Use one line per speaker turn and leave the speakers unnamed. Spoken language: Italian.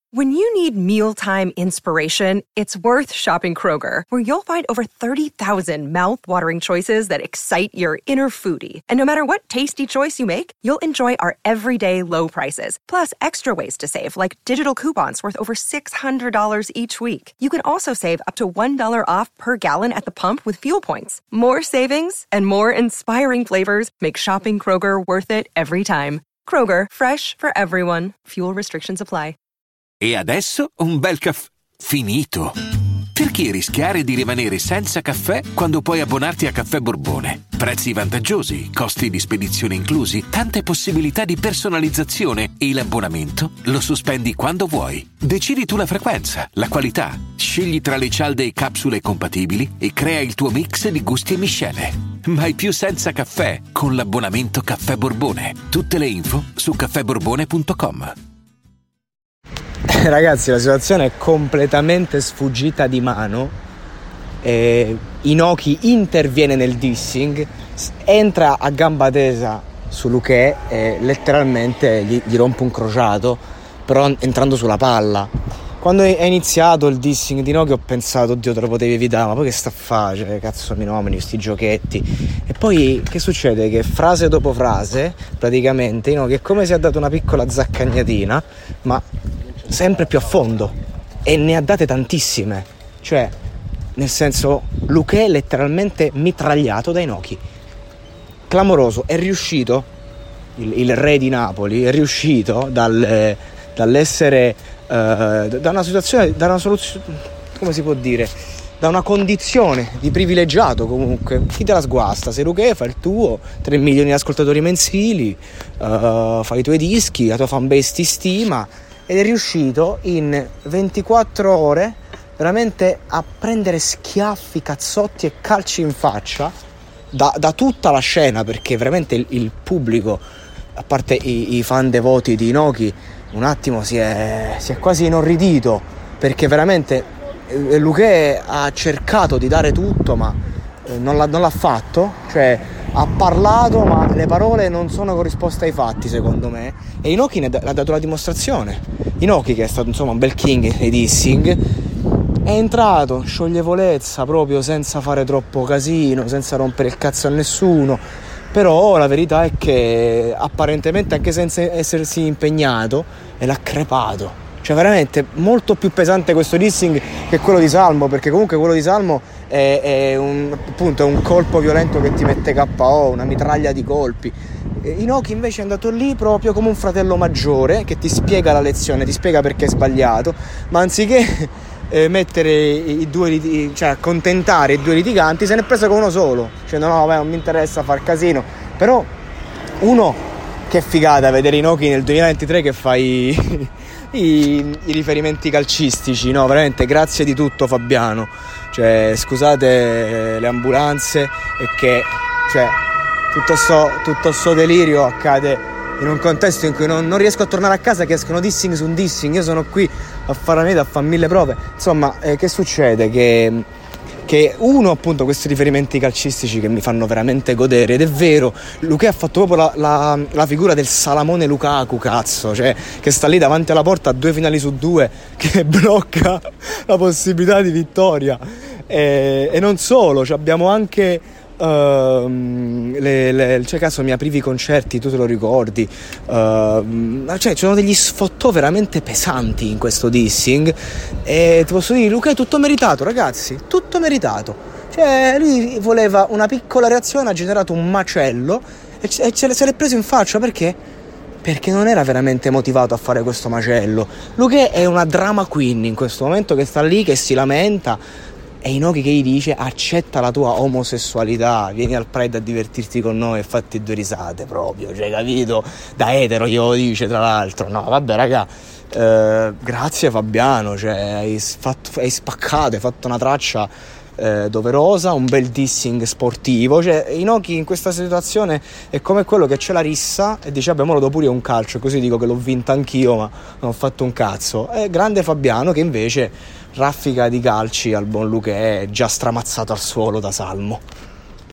When you need mealtime inspiration, it's worth shopping Kroger, where you'll find over 30,000 mouth-watering choices that excite your inner foodie. And no matter what tasty choice you make, you'll enjoy our everyday low prices, plus extra ways to save, like digital coupons worth over $600 each week. You can also save up to $1 off per gallon at the pump with fuel points. More savings and more inspiring flavors make shopping Kroger worth it every time. Kroger, fresh for everyone. Fuel restrictions apply.
E adesso un bel caffè finito. Perché rischiare di rimanere senza caffè quando puoi abbonarti a Caffè Borbone? Prezzi vantaggiosi, costi di spedizione inclusi, tante possibilità di personalizzazione e l'abbonamento lo sospendi quando vuoi. Decidi tu la frequenza, la qualità, scegli tra le cialde e capsule compatibili e crea il tuo mix di gusti e miscele. Mai più senza caffè con l'abbonamento Caffè Borbone. Tutte le info su caffèborbone.com.
Ragazzi, la situazione è completamente sfuggita di mano. Inoki interviene nel dissing, entra a gamba tesa su Luque e letteralmente gli rompe un crociato, però entrando sulla palla. Quando è iniziato il dissing di Inoki ho pensato, oddio, te lo potevi evitare, ma poi che sta a fare? Cioè, cazzo mi nomini questi giochetti. E poi che succede? Che frase dopo frase praticamente Inoki è come se ha dato una piccola zaccagnatina, ma sempre più a fondo, e ne ha date tantissime. Cioè, nel senso, Luque è letteralmente mitragliato da Inoki. Clamoroso. È riuscito, il re di Napoli è riuscito dall'essere da una situazione, da una soluzione, come si può dire, da una condizione di privilegiato. Comunque chi te la sguasta? Se Luque fa il tuo, 3 milioni di ascoltatori mensili, fai i tuoi dischi, la tua fanbase ti stima, ed è riuscito in 24 ore veramente a prendere schiaffi, cazzotti e calci in faccia da tutta la scena, perché veramente il pubblico, a parte i fan devoti di Inoki, un attimo si è quasi inorridito, perché veramente Luque ha cercato di dare tutto, ma non l'ha fatto. Cioè, ha parlato, ma le parole non sono corrisposte ai fatti, secondo me, e Inoki ne ha dato la dimostrazione. Inoki, che è stato insomma un bel king nei dissing, è entrato, scioglievolezza, proprio senza fare troppo casino, senza rompere il cazzo a nessuno. Però la verità è che apparentemente, anche senza essersi impegnato, l'ha crepato. Cioè veramente molto più pesante questo dissing che quello di Salmo, perché comunque quello di Salmo è un colpo violento che ti mette KO, una mitraglia di colpi. Inoki invece è andato lì proprio come un fratello maggiore che ti spiega la lezione, ti spiega perché è sbagliato, ma anziché mettere i due cioè accontentare i due litiganti, se ne è preso con uno solo. Cioè no, vabbè, non mi interessa far casino. Però che figata vedere Inoki nel 2023 che fai i riferimenti calcistici, no? Veramente grazie di tutto, Fabiano. Cioè, scusate le ambulanze, e che cioè tutto sto delirio accade in un contesto in cui non riesco a tornare a casa, che escono dissing su un dissing. Io sono qui a fare la meta, a fare 1000 prove. Insomma, che succede? Che appunto questi riferimenti calcistici che mi fanno veramente godere, ed è vero, Luque ha fatto proprio la figura del Salamone Lukaku, cazzo, cioè che sta lì davanti alla porta a 2 finali su 2, che blocca la possibilità di vittoria, e non solo, cioè abbiamo anche cioè cazzo, mi aprivi i concerti, tu te lo ricordi, cioè ci sono degli sfottò veramente pesanti in questo dissing, e ti posso dire, Luca, è tutto meritato, ragazzi, tutto meritato. Cioè lui voleva una piccola reazione, ha generato un macello e se l'è preso in faccia. Perché non era veramente motivato a fare questo macello. Luca è una drama queen in questo momento, che sta lì, che si lamenta. E Inoki che gli dice: accetta la tua omosessualità, vieni al Pride a divertirti con noi e fatti 2 risate, proprio, cioè, capito? Da etero glielo dice, tra l'altro. No, vabbè, raga, grazie Fabiano, cioè hai spaccato, hai fatto una traccia doverosa, un bel dissing sportivo. Cioè Inoki in questa situazione è come quello che c'è la rissa e dice: vabbè, mo lo do pure io un calcio, così dico che l'ho vinta anch'io, ma non ho fatto un cazzo. È grande Fabiano, che invece raffica di calci al buon Luque, è già stramazzato al suolo da Salmo.